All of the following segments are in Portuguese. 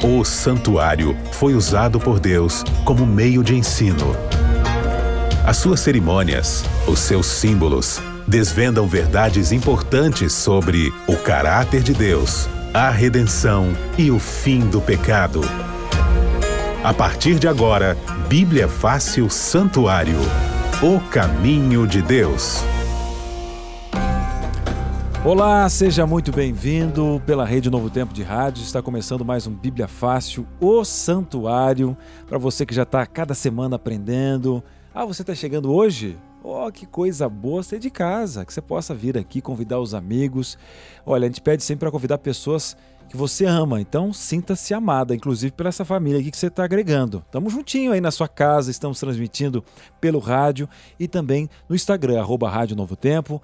O santuário foi usado por Deus como meio de ensino. As suas cerimônias, os seus símbolos, desvendam verdades importantes sobre o caráter de Deus, a redenção e o fim do pecado. A partir de agora, Bíblia Fácil Santuário, o caminho de Deus. Olá, seja muito bem-vindo pela Rede Novo Tempo de Rádio. Está começando mais um Bíblia Fácil, o Santuário, para você que já está cada semana aprendendo. Você está chegando hoje? Que coisa boa ser de casa, que você possa vir aqui, convidar os amigos. Olha, a gente pede sempre para convidar pessoas que você ama, então sinta-se amada, inclusive por essa família aqui que você está agregando. Estamos juntinho aí na sua casa, estamos transmitindo pelo rádio e também no Instagram, @Rádio Novo Tempo,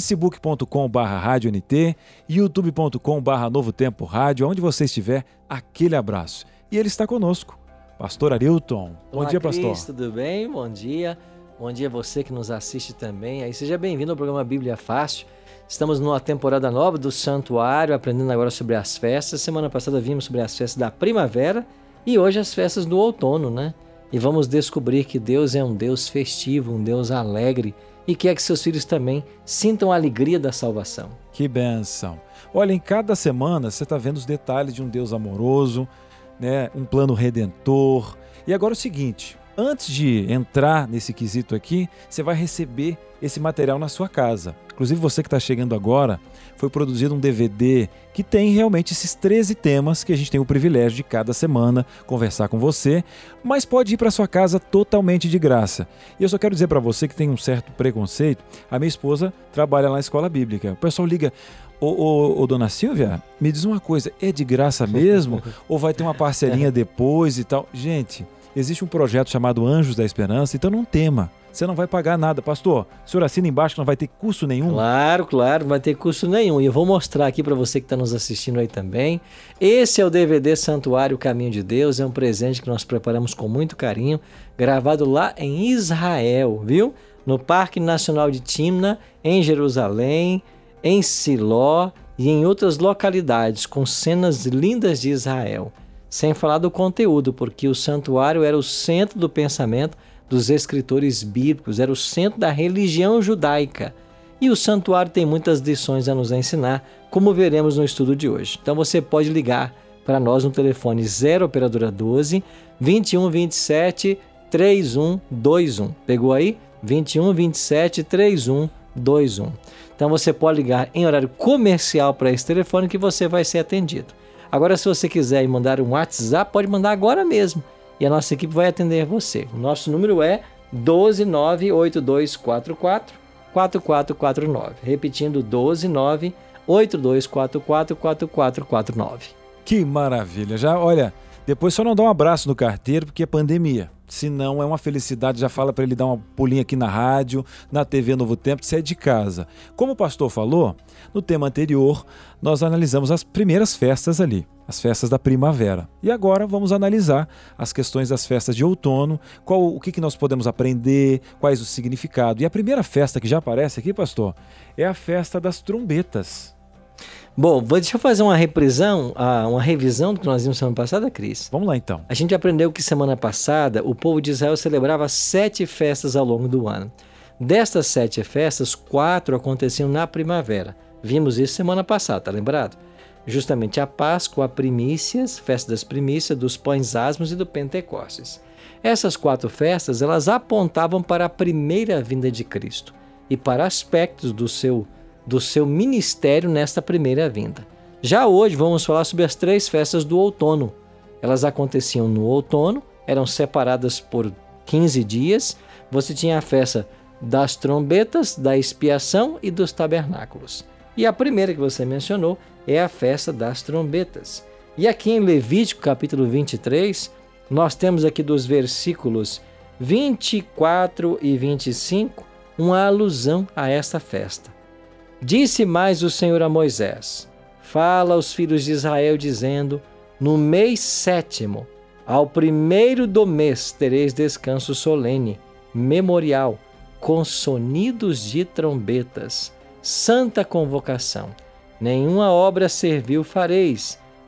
facebook.com/RádioNT, youtube.com/Novo Tempo Rádio, onde você estiver, aquele abraço. E ele está conosco, Pastor Arilton. Bom dia, pastor. Cris, tudo bem? Bom dia. Bom dia a você que nos assiste também. Aí seja bem-vindo ao programa Bíblia Fácil. Estamos numa temporada nova do Santuário, aprendendo agora sobre as festas. Semana passada vimos sobre as festas da primavera e hoje as festas do outono, né? E vamos descobrir que Deus é um Deus festivo, um Deus alegre e quer que seus filhos também sintam a alegria da salvação. Que bênção! Olha, em cada semana você está vendo os detalhes de um Deus amoroso, né? Um plano redentor. E agora é o seguinte, antes de entrar nesse quesito aqui, você vai receber esse material na sua casa. Inclusive você que está chegando agora, foi produzido um DVD que tem realmente esses 13 temas que a gente tem o privilégio de cada semana conversar com você, mas pode ir para sua casa totalmente de graça. E eu só quero dizer para você que tem um certo preconceito, a minha esposa trabalha lá na escola bíblica. O pessoal liga, ô dona Silvia, me diz uma coisa, é de graça mesmo? Ou vai ter uma parcelinha depois e tal? Gente, existe um projeto chamado Anjos da Esperança, então não tema. Você não vai pagar nada. Pastor, o senhor assina embaixo que não vai ter custo nenhum? Claro, não vai ter custo nenhum. E eu vou mostrar aqui para você que está nos assistindo aí também. Esse é o DVD Santuário, o Caminho de Deus. É um presente que nós preparamos com muito carinho, gravado lá em Israel, viu? No Parque Nacional de Timna, em Jerusalém, em Siló e em outras localidades, com cenas lindas de Israel. Sem falar do conteúdo, porque o santuário era o centro do pensamento dos escritores bíblicos, era o centro da religião judaica. E o santuário tem muitas lições a nos ensinar, como veremos no estudo de hoje. Então você pode ligar para nós no telefone 0 operadora 12 21 27 3121. Pegou aí? 21 27 3121. Então você pode ligar em horário comercial para esse telefone que você vai ser atendido. Agora, se você quiser mandar um WhatsApp, pode mandar agora mesmo. E a nossa equipe vai atender você. O nosso número é 12982444449. Repetindo, 12982444449. Que maravilha! Já, olha, depois só não dá um abraço no carteiro, porque é pandemia. Se não, é uma felicidade, já fala para ele dar uma pulinha aqui na rádio, na TV Novo Tempo, se é de casa. Como o pastor falou, no tema anterior, nós analisamos as primeiras festas ali, as festas da primavera. E agora vamos analisar as questões das festas de outono, o que nós podemos aprender, quais o significado. E a primeira festa que já aparece aqui, pastor, é a festa das trombetas. Bom, deixa eu fazer uma revisão do que nós vimos semana passada, Cris. Vamos lá, então. A gente aprendeu que semana passada o povo de Israel celebrava 7 festas ao longo do ano. Destas 7 festas, 4 aconteciam na primavera. Vimos isso semana passada, tá lembrado? Justamente a Páscoa, a Primícias, Festa das Primícias, dos Pães Asmos e do Pentecostes. Essas 4 festas, elas apontavam para a primeira vinda de Cristo e para aspectos do seu ministério nesta primeira vinda. Já hoje vamos falar sobre as 3 festas do outono. Elas aconteciam no outono, eram separadas por 15 dias. Você tinha a festa das trombetas, da expiação e dos tabernáculos. E a primeira que você mencionou é a festa das trombetas. E aqui em Levítico capítulo 23, nós temos aqui dos versículos 24 e 25 uma alusão a esta festa. Disse mais o Senhor a Moisés: fala aos filhos de Israel, dizendo: no mês 7º, ao 1º do mês, tereis descanso solene, memorial, com sonidos de trombetas, santa convocação. Nenhuma obra servil fareis,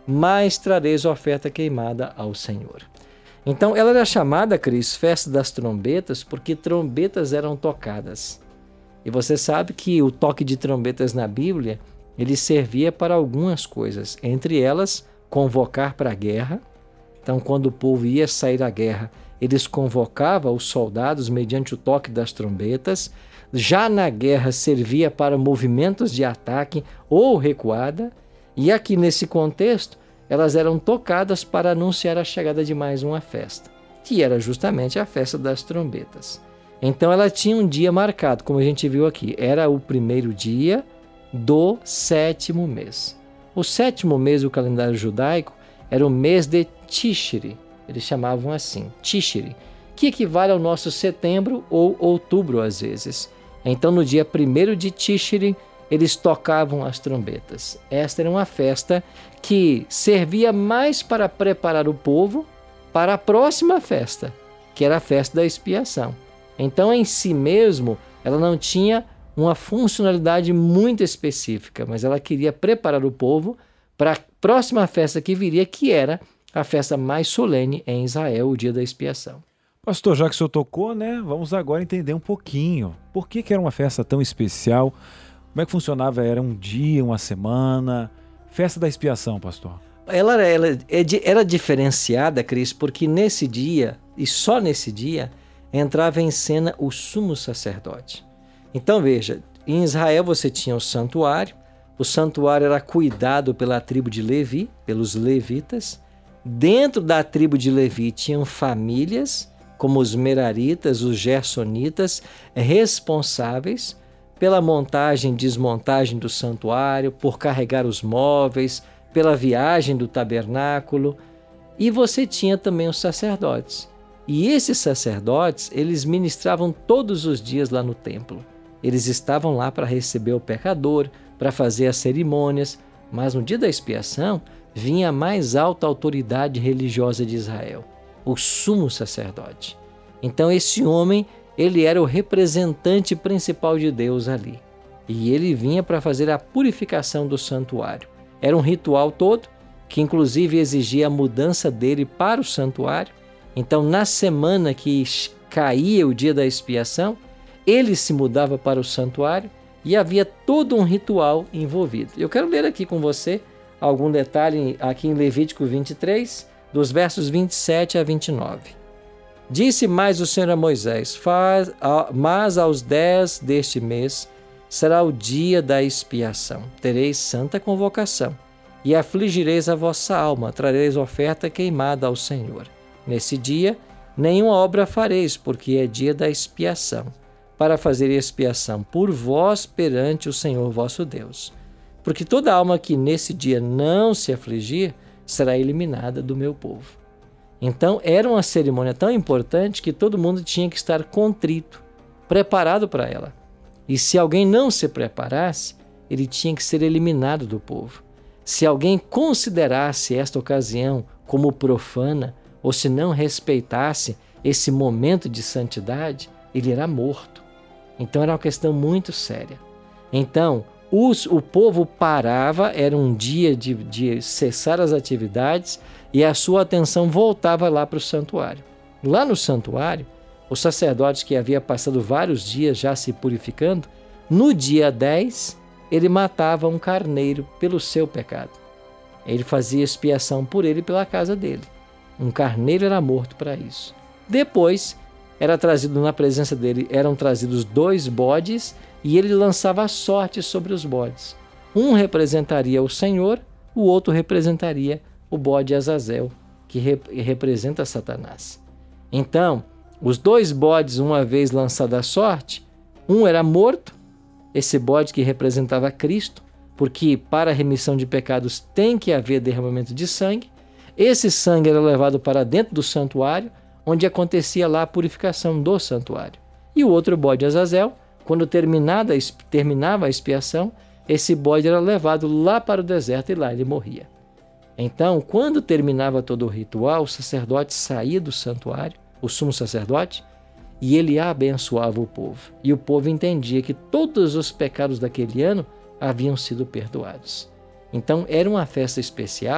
mais trareis oferta queimada ao Senhor. Então, ela era chamada, Cris, festa das trombetas, porque trombetas eram tocadas. E você sabe que o toque de trombetas na Bíblia, ele servia para algumas coisas, entre elas, convocar para a guerra. Então, quando o povo ia sair à guerra, eles convocavam os soldados mediante o toque das trombetas. Já na guerra, servia para movimentos de ataque ou recuada. E aqui nesse contexto, elas eram tocadas para anunciar a chegada de mais uma festa, que era justamente a festa das trombetas. Então ela tinha um dia marcado, como a gente viu aqui, era o primeiro dia do 7º mês. O 7º mês do calendário judaico era o mês de Tishri, eles chamavam assim, Tishri, que equivale ao nosso setembro ou outubro às vezes. Então no dia 1º de Tishri, eles tocavam as trombetas. Esta era uma festa que servia mais para preparar o povo para a próxima festa, que era a festa da expiação. Então, em si mesmo, ela não tinha uma funcionalidade muito específica, mas ela queria preparar o povo para a próxima festa que viria, que era a festa mais solene em Israel, o dia da expiação. Pastor, já que o senhor tocou, né? Vamos agora entender um pouquinho. Por que era uma festa tão especial? Como é que funcionava? Era um dia, uma semana? Festa da expiação, pastor. Ela era diferenciada, Cris, porque nesse dia, e só nesse dia, entrava em cena o sumo sacerdote. Então veja, em Israel você tinha o santuário era cuidado pela tribo de Levi, pelos levitas. Dentro da tribo de Levi tinham famílias, como os meraritas, os gersonitas, responsáveis pela montagem e desmontagem do santuário, por carregar os móveis, pela viagem do tabernáculo. E você tinha também os sacerdotes. E esses sacerdotes, eles ministravam todos os dias lá no templo. Eles estavam lá para receber o pecador, para fazer as cerimônias, mas no dia da expiação vinha a mais alta autoridade religiosa de Israel, o sumo sacerdote. Então esse homem, ele era o representante principal de Deus ali. E ele vinha para fazer a purificação do santuário. Era um ritual todo, que inclusive exigia a mudança dele para o santuário. Então, na semana que caía o dia da expiação, ele se mudava para o santuário e havia todo um ritual envolvido. Eu quero ler aqui com você algum detalhe aqui em Levítico 23, dos versos 27 a 29. Disse mais o Senhor a Moisés: mas aos 10 deste mês será o dia da expiação. Tereis santa convocação e afligireis a vossa alma, trareis oferta queimada ao Senhor. Nesse dia, nenhuma obra fareis, porque é dia da expiação, para fazer expiação por vós perante o Senhor vosso Deus. Porque toda alma que nesse dia não se afligir, será eliminada do meu povo. Então, era uma cerimônia tão importante que todo mundo tinha que estar contrito, preparado para ela. E se alguém não se preparasse, ele tinha que ser eliminado do povo. Se alguém considerasse esta ocasião como profana, ou se não respeitasse esse momento de santidade, ele era morto. Então era uma questão muito séria. Então, o povo parava, era um dia de cessar as atividades e a sua atenção voltava lá para o santuário. Lá no santuário, o sacerdote que havia passado vários dias já se purificando, no dia 10, ele matava um carneiro pelo seu pecado. Ele fazia expiação por ele e pela casa dele. Um carneiro era morto para isso. Depois, era trazido na presença dele, eram trazidos 2 bodes e ele lançava a sorte sobre os bodes. Um representaria o Senhor, o outro representaria o bode Azazel, que representa Satanás. Então, os 2 bodes, uma vez lançada a sorte, um era morto, esse bode que representava Cristo, porque para a remissão de pecados tem que haver derramamento de sangue. Esse sangue era levado para dentro do santuário, onde acontecia lá a purificação do santuário. E o outro bode Azazel, quando terminava a expiação, esse bode era levado lá para o deserto e lá ele morria. Então, quando terminava todo o ritual, o sacerdote saía do santuário, o sumo sacerdote, e ele abençoava o povo. E o povo entendia que todos os pecados daquele ano haviam sido perdoados. Então, era uma festa especial,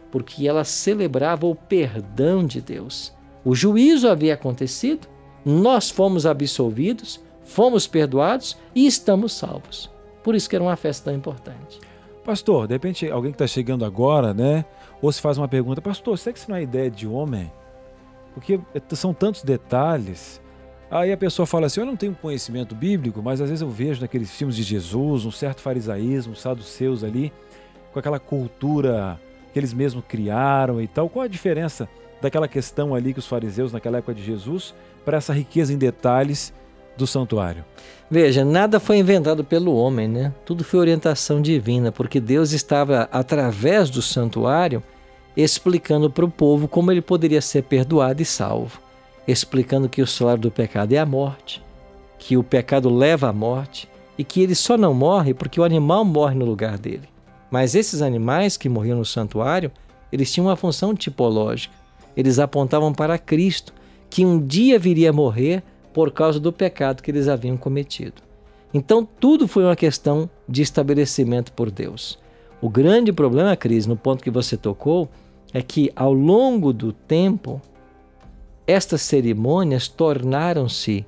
porque ela celebrava o perdão de Deus. O juízo havia acontecido, nós fomos absolvidos, fomos perdoados e estamos salvos. Por isso que era uma festa tão importante. Pastor, de repente alguém que está chegando agora, né? Ou se faz uma pergunta, pastor, será que isso não é ideia de homem? Porque são tantos detalhes. Aí a pessoa fala assim, eu não tenho conhecimento bíblico, mas às vezes eu vejo naqueles filmes de Jesus um certo farisaísmo, os saduceus ali, com aquela cultura que eles mesmos criaram e tal. Qual a diferença daquela questão ali que os fariseus naquela época de Jesus para essa riqueza em detalhes do santuário? Veja, nada foi inventado pelo homem, né? Tudo foi orientação divina, porque Deus estava, através do santuário, explicando para o povo como ele poderia ser perdoado e salvo. Explicando que o salário do pecado é a morte, que o pecado leva à morte e que ele só não morre porque o animal morre no lugar dele. Mas esses animais que morriam no santuário, eles tinham uma função tipológica. Eles apontavam para Cristo, que um dia viria a morrer por causa do pecado que eles haviam cometido. Então, tudo foi uma questão de estabelecimento por Deus. O grande problema, Cris, no ponto que você tocou, é que ao longo do tempo, estas cerimônias tornaram-se,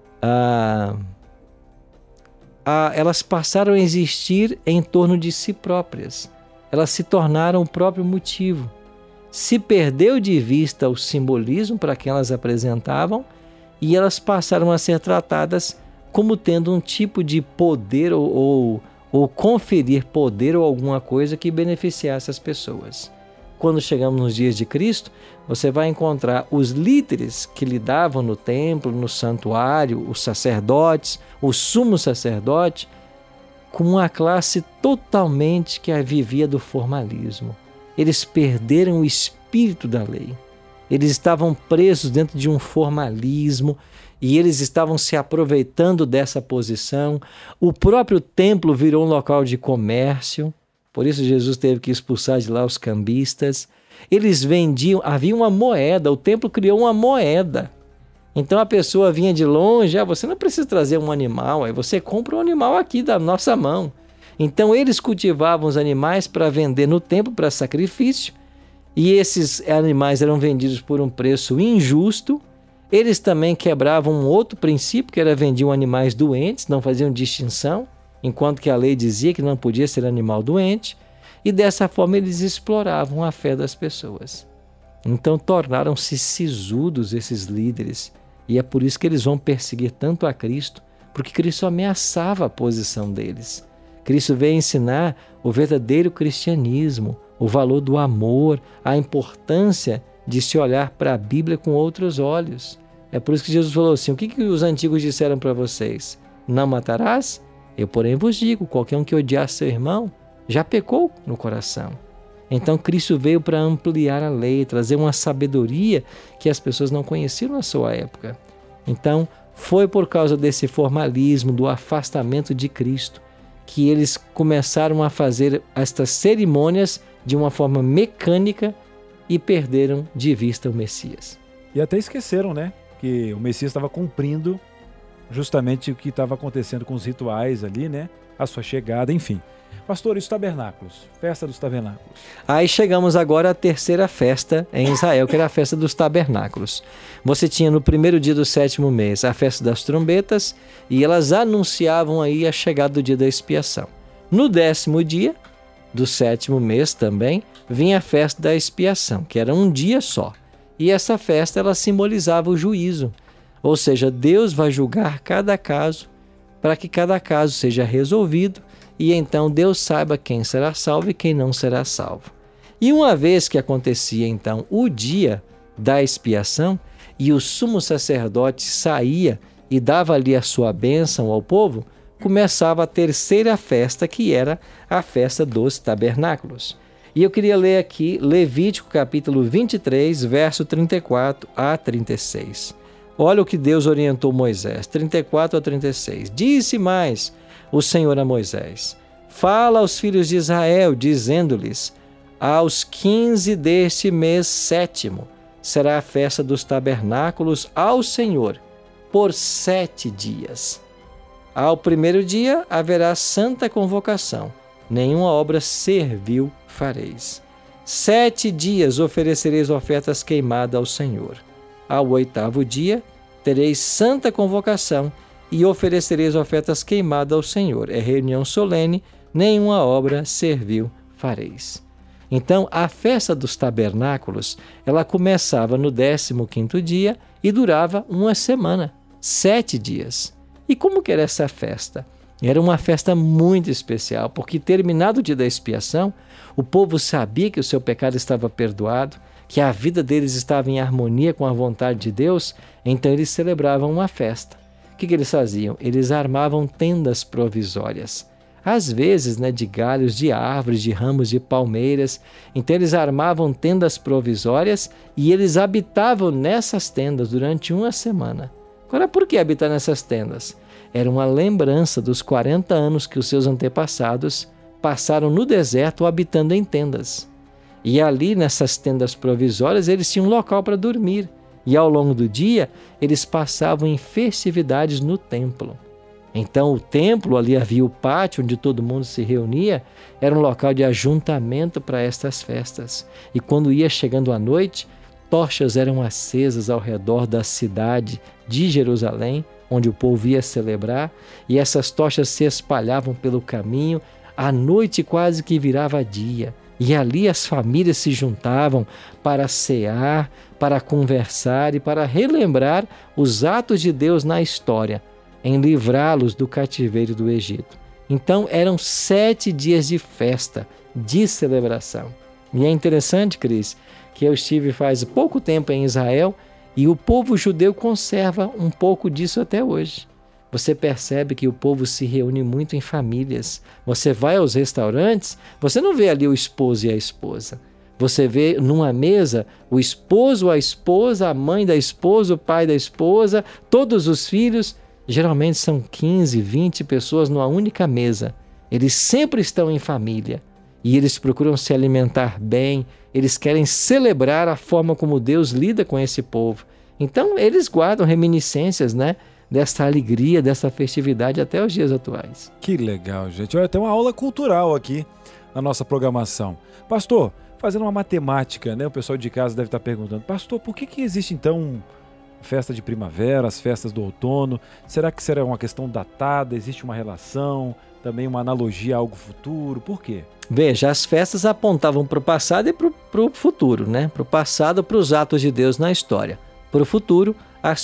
elas passaram a existir em torno de si próprias. Elas se tornaram o próprio motivo. Se perdeu de vista o simbolismo para que elas apresentavam e elas passaram a ser tratadas como tendo um tipo de poder ou conferir poder ou alguma coisa que beneficiasse as pessoas. Quando chegamos nos dias de Cristo, você vai encontrar os líderes que lidavam no templo, no santuário, os sacerdotes, o sumo sacerdote, com uma classe totalmente que vivia do formalismo. Eles perderam o espírito da lei. Eles estavam presos dentro de um formalismo e eles estavam se aproveitando dessa posição. O próprio templo virou um local de comércio. Por isso Jesus teve que expulsar de lá os cambistas. Eles vendiam, havia uma moeda, o templo criou uma moeda. Então a pessoa vinha de longe, você não precisa trazer um animal, aí você compra um animal aqui da nossa mão. Então eles cultivavam os animais para vender no templo para sacrifício, e esses animais eram vendidos por um preço injusto. Eles também quebravam um outro princípio, que era vendiam animais doentes, não faziam distinção, enquanto que a lei dizia que não podia ser animal doente, e dessa forma eles exploravam a fé das pessoas. Então tornaram-se sisudos esses líderes, e é por isso que eles vão perseguir tanto a Cristo, porque Cristo ameaçava a posição deles. Cristo veio ensinar o verdadeiro cristianismo, o valor do amor, a importância de se olhar para a Bíblia com outros olhos. É por isso que Jesus falou assim, o que os antigos disseram para vocês? Não matarás? Eu, porém, vos digo, qualquer um que odiar seu irmão, já pecou no coração. Então, Cristo veio para ampliar a lei, trazer uma sabedoria que as pessoas não conheciam na sua época. Então, foi por causa desse formalismo, do afastamento de Cristo, que eles começaram a fazer estas cerimônias de uma forma mecânica e perderam de vista o Messias. E até esqueceram, né? Que o Messias estava cumprindo justamente o que estava acontecendo com os rituais ali, né? A sua chegada, enfim. Pastor, e os tabernáculos? Festa dos tabernáculos. Aí chegamos agora à terceira festa em Israel, que era a festa dos tabernáculos. Você tinha no primeiro dia do 7º mês a festa das trombetas e elas anunciavam aí a chegada do dia da expiação. No 10º dia do 7º mês também vinha a festa da expiação, que era um dia só. E essa festa ela simbolizava o juízo, ou seja, Deus vai julgar cada caso para que cada caso seja resolvido e então Deus saiba quem será salvo e quem não será salvo. E uma vez que acontecia então o dia da expiação e o sumo sacerdote saía e dava ali a sua bênção ao povo, começava a terceira festa, que era a festa dos tabernáculos. E eu queria ler aqui Levítico capítulo 23, verso 34 a 36. Olha o que Deus orientou Moisés, 34 a 36. Disse mais o Senhor a Moisés: fala aos filhos de Israel, dizendo-lhes: aos 15 deste mês 7º será a festa dos tabernáculos ao Senhor, por 7 dias. Ao primeiro dia haverá santa convocação, nenhuma obra servil fareis. 7 dias oferecereis ofertas queimadas ao Senhor. Ao 8º dia, tereis santa convocação e oferecereis ofertas queimadas ao Senhor. É reunião solene, nenhuma obra servil fareis. Então, a festa dos tabernáculos, ela começava no 15º dia e durava uma semana, 7 dias. E como que era essa festa? Era uma festa muito especial, porque terminado o dia da expiação, o povo sabia que o seu pecado estava perdoado, que a vida deles estava em harmonia com a vontade de Deus, então eles celebravam uma festa. O que eles faziam? Eles armavam tendas provisórias, às vezes de galhos de árvores, de ramos de palmeiras. Então eles armavam tendas provisórias e eles habitavam nessas tendas durante uma semana. Agora, por que habitar nessas tendas? Era uma lembrança dos 40 anos que os seus antepassados passaram no deserto habitando em tendas. E ali, nessas tendas provisórias, eles tinham um local para dormir. E ao longo do dia, eles passavam em festividades no templo. Então, o templo, ali havia o pátio onde todo mundo se reunia, era um local de ajuntamento para estas festas. E quando ia chegando a noite, tochas eram acesas ao redor da cidade de Jerusalém, onde o povo ia celebrar, e essas tochas se espalhavam pelo caminho. A noite quase que virava dia, e ali as famílias se juntavam para cear, para conversar e para relembrar os atos de Deus na história, em livrá-los do cativeiro do Egito. Então eram 7 dias de festa, de celebração. E é interessante, Cris, que eu estive faz pouco tempo em Israel e o povo judeu conserva um pouco disso até hoje. Você percebe que o povo se reúne muito em famílias. Você vai aos restaurantes, você não vê ali o esposo e a esposa. Você vê numa mesa o esposo, a esposa, a mãe da esposa, o pai da esposa, todos os filhos. Geralmente são 15, 20 pessoas numa única mesa. Eles sempre estão em família e eles procuram se alimentar bem. Eles querem celebrar a forma como Deus lida com esse povo. Então, eles guardam reminiscências, dessa alegria, dessa festividade até os dias atuais. Que legal, gente. Olha, tem uma aula cultural aqui na nossa programação. Pastor, fazendo uma matemática, o pessoal de casa deve estar perguntando, pastor, por que existe então festa de primavera, as festas do outono? Será que será uma questão datada? Existe uma relação? Também uma analogia a algo futuro? Por quê? Veja, as festas apontavam para o passado e para o futuro, Para o passado, para os atos de Deus na história. Para o futuro,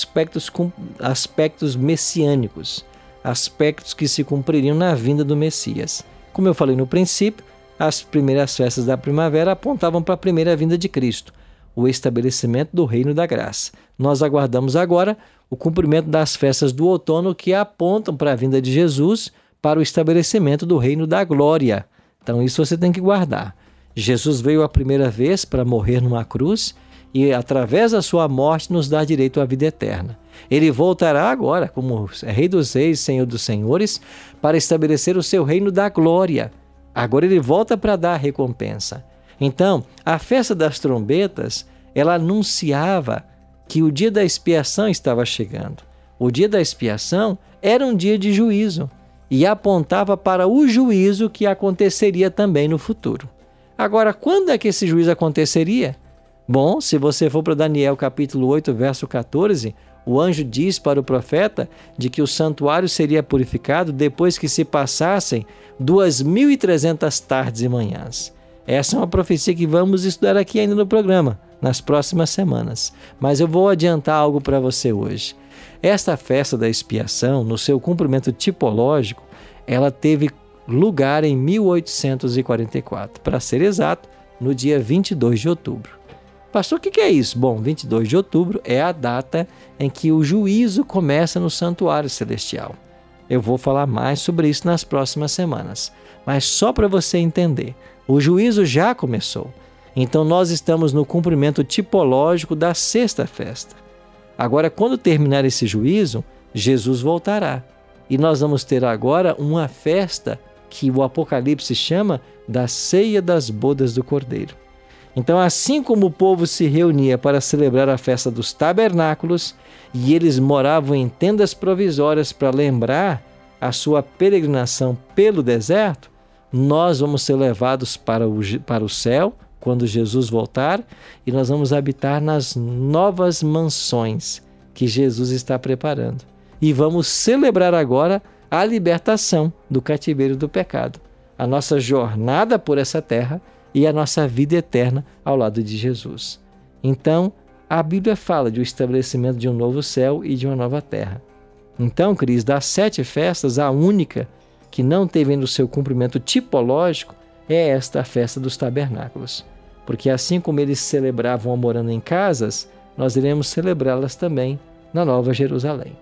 aspectos messiânicos, aspectos que se cumpririam na vinda do Messias. Como eu falei no princípio, as primeiras festas da primavera apontavam para a primeira vinda de Cristo, o estabelecimento do reino da graça. Nós aguardamos agora o cumprimento das festas do outono que apontam para a vinda de Jesus, para o estabelecimento do reino da glória. Então isso você tem que guardar. Jesus veio a primeira vez para morrer numa cruz e através da sua morte nos dá direito à vida eterna. Ele voltará agora como Rei dos Reis, Senhor dos Senhores, para estabelecer o seu reino da glória. Agora ele volta para dar a recompensa. Então, a festa das trombetas, ela anunciava que o dia da expiação estava chegando. O dia da expiação era um dia de juízo e apontava para o juízo que aconteceria também no futuro. Agora, quando é que esse juízo aconteceria? Bom, se você for para Daniel capítulo 8, verso 14, o anjo diz para o profeta de que o santuário seria purificado depois que se passassem 2.300 tardes e manhãs. Essa é uma profecia que vamos estudar aqui ainda no programa, nas próximas semanas. Mas eu vou adiantar algo para você hoje. Esta festa da expiação, no seu cumprimento tipológico, ela teve lugar em 1844, para ser exato, no dia 22 de outubro. Pastor, o que é isso? Bom, 22 de outubro é a data em que o juízo começa no santuário celestial. Eu vou falar mais sobre isso nas próximas semanas. Mas só para você entender, o juízo já começou. Então nós estamos no cumprimento tipológico da sexta festa. Agora, quando terminar esse juízo, Jesus voltará. E nós vamos ter agora uma festa que o Apocalipse chama da Ceia das Bodas do Cordeiro. Então, assim como o povo se reunia para celebrar a festa dos tabernáculos e eles moravam em tendas provisórias para lembrar a sua peregrinação pelo deserto, nós vamos ser levados para o céu, quando Jesus voltar, e nós vamos habitar nas novas mansões que Jesus está preparando. E vamos celebrar agora a libertação do cativeiro do pecado, a nossa jornada por essa terra e a nossa vida eterna ao lado de Jesus. Então, a Bíblia fala do estabelecimento de um novo céu e de uma nova terra. Então, Cris, das 7 festas, a única que não teve no seu cumprimento tipológico é esta festa dos tabernáculos. Porque assim como eles celebravam morando em casas, nós iremos celebrá-las também na Nova Jerusalém.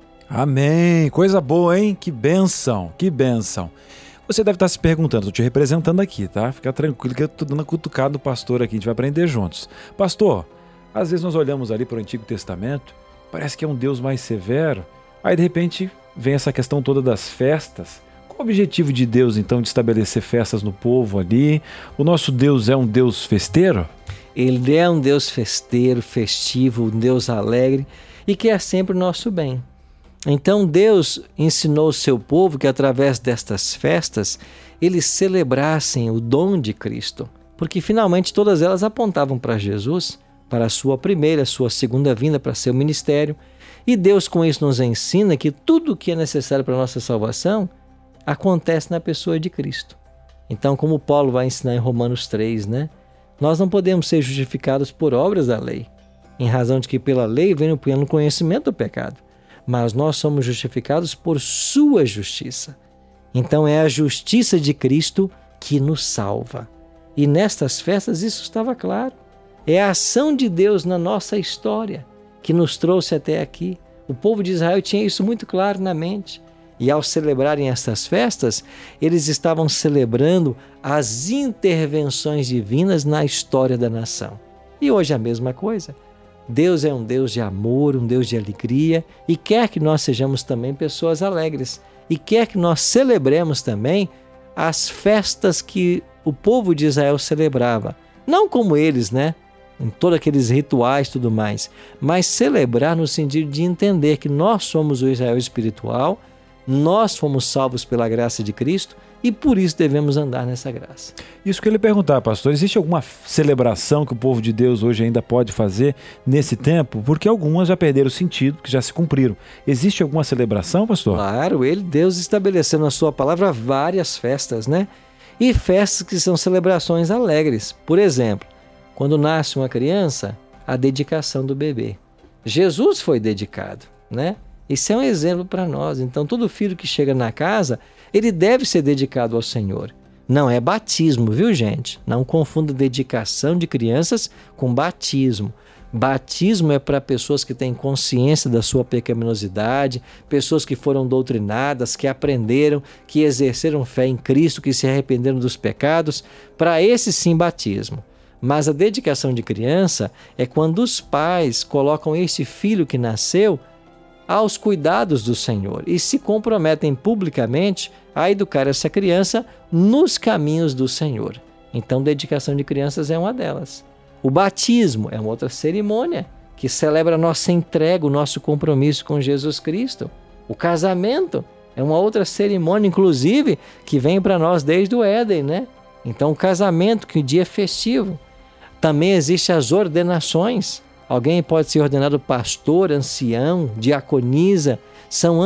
Amém! Coisa boa, hein? Que bênção, que bênção. Você deve estar se perguntando, estou te representando aqui, tá? Fica tranquilo que eu estou dando a cutucada do pastor aqui, a gente vai aprender juntos. Pastor, às vezes nós olhamos ali para o Antigo Testamento, parece que é um Deus mais severo, aí de repente vem essa questão toda das festas. Qual o objetivo de Deus, então, de estabelecer festas no povo ali? O nosso Deus é um Deus festeiro? Ele é um Deus festeiro, festivo, um Deus alegre e quer sempre o nosso bem. Então Deus ensinou o seu povo que através destas festas eles celebrassem o dom de Cristo, porque finalmente todas elas apontavam para Jesus, para a sua primeira, sua segunda vinda, para seu ministério. E Deus com isso nos ensina que tudo o que é necessário para a nossa salvação acontece na pessoa de Cristo. Então, como Paulo vai ensinar em Romanos 3, nós não podemos ser justificados por obras da lei, em razão de que pela lei vem o pleno conhecimento do pecado. Mas nós somos justificados por sua justiça. Então é a justiça de Cristo que nos salva. E nestas festas isso estava claro. É a ação de Deus na nossa história que nos trouxe até aqui. O povo de Israel tinha isso muito claro na mente. E ao celebrarem estas festas, eles estavam celebrando as intervenções divinas na história da nação. E hoje é a mesma coisa. Deus é um Deus de amor, um Deus de alegria e quer que nós sejamos também pessoas alegres e quer que nós celebremos também as festas que o povo de Israel celebrava. Não como eles, em todos aqueles rituais e tudo mais, mas celebrar no sentido de entender que nós somos o Israel espiritual, nós fomos salvos pela graça de Cristo e por isso devemos andar nessa graça. Isso que eu ia lhe perguntar, pastor, existe alguma celebração que o povo de Deus hoje ainda pode fazer nesse tempo? Porque algumas já perderam o sentido, que já se cumpriram. Existe alguma celebração, pastor? Claro, Deus estabeleceu na sua palavra várias festas, E festas que são celebrações alegres. Por exemplo, quando nasce uma criança, a dedicação do bebê. Jesus foi dedicado, Isso é um exemplo para nós. Então, todo filho que chega na casa, ele deve ser dedicado ao Senhor. Não é batismo, viu, gente? Não confunda dedicação de crianças com batismo. Batismo é para pessoas que têm consciência da sua pecaminosidade, pessoas que foram doutrinadas, que aprenderam, que exerceram fé em Cristo, que se arrependeram dos pecados. Para esse sim, batismo. Mas a dedicação de criança é quando os pais colocam este filho que nasceu aos cuidados do Senhor e se comprometem publicamente a educar essa criança nos caminhos do Senhor. Então, dedicação de crianças é uma delas. O batismo é uma outra cerimônia que celebra a nossa entrega, o nosso compromisso com Jesus Cristo. O casamento é uma outra cerimônia, inclusive, que vem para nós desde o Éden, Então, o casamento, que o dia é festivo. Também existem as ordenações. Alguém pode ser ordenado pastor, ancião, diaconisa. São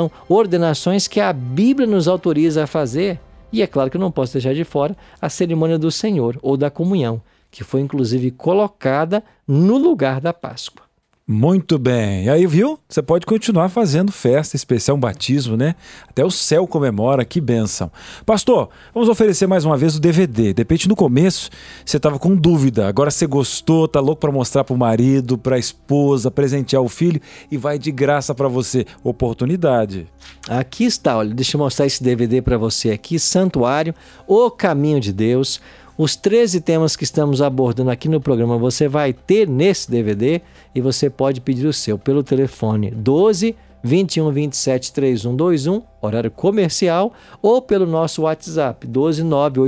ordenações que a Bíblia nos autoriza a fazer. E é claro que eu não posso deixar de fora a cerimônia do Senhor ou da comunhão, que foi inclusive colocada no lugar da Páscoa. Muito bem. E aí, viu? Você pode continuar fazendo festa especial, um batismo, Até o céu comemora, que bênção. Pastor, vamos oferecer mais uma vez o DVD. De repente, no começo, você estava com dúvida. Agora você gostou, tá louco para mostrar para o marido, para a esposa, presentear o filho e vai de graça para você. Oportunidade. Aqui está, olha, deixa eu mostrar esse DVD para você aqui. Santuário, O Caminho de Deus. Os 13 temas que estamos abordando aqui no programa você vai ter nesse DVD e você pode pedir o seu pelo telefone 12 21 27 3121, horário comercial, ou pelo nosso WhatsApp 12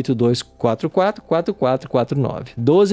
98244 4449. 12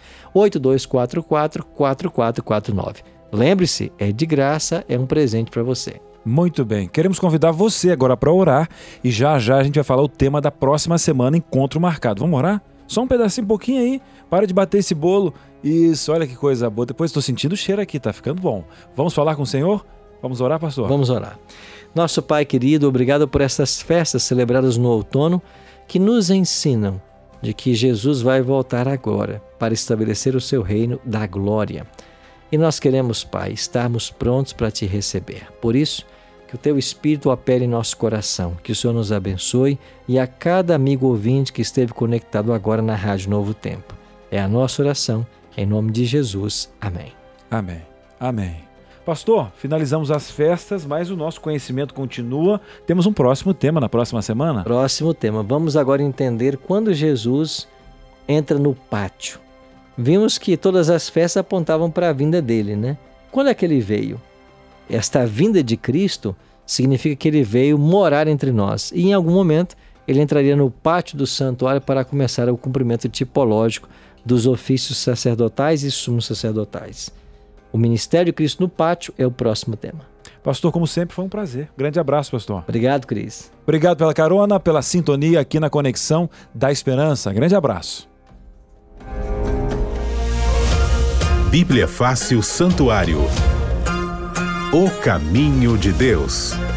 98244 4449. Lembre-se, é de graça, é um presente para você. Muito bem, queremos convidar você agora para orar e já já a gente vai falar o tema da próxima semana, encontro marcado. Vamos orar? Só um pedacinho, um pouquinho aí. Para de bater esse bolo. Isso, olha que coisa boa. Depois estou sentindo o cheiro aqui, tá ficando bom. Vamos falar com o Senhor? Vamos orar, pastor? Vamos orar. Nosso Pai querido, obrigado por essas festas celebradas no outono que nos ensinam de que Jesus vai voltar agora para estabelecer o seu reino da glória. E nós queremos, Pai, estarmos prontos para te receber. Por isso, que o teu Espírito opere em nosso coração, que o Senhor nos abençoe e a cada amigo ouvinte que esteve conectado agora na Rádio Novo Tempo. É a nossa oração, em nome de Jesus. Amém. Amém. Amém. Pastor, finalizamos as festas, mas o nosso conhecimento continua. Temos um próximo tema na próxima semana? Próximo tema. Vamos agora entender quando Jesus entra no pátio. Vimos que todas as festas apontavam para a vinda dele, né? Quando é que ele veio? Esta vinda de Cristo significa que ele veio morar entre nós. E em algum momento ele entraria no pátio do santuário para começar o cumprimento tipológico dos ofícios sacerdotais e sumos sacerdotais. O ministério de Cristo no pátio é o próximo tema. Pastor, como sempre, foi um prazer. Grande abraço, pastor. Obrigado, Cris. Obrigado pela carona, pela sintonia aqui na Conexão da Esperança. Grande abraço. Bíblia Fácil Santuário. O caminho de Deus.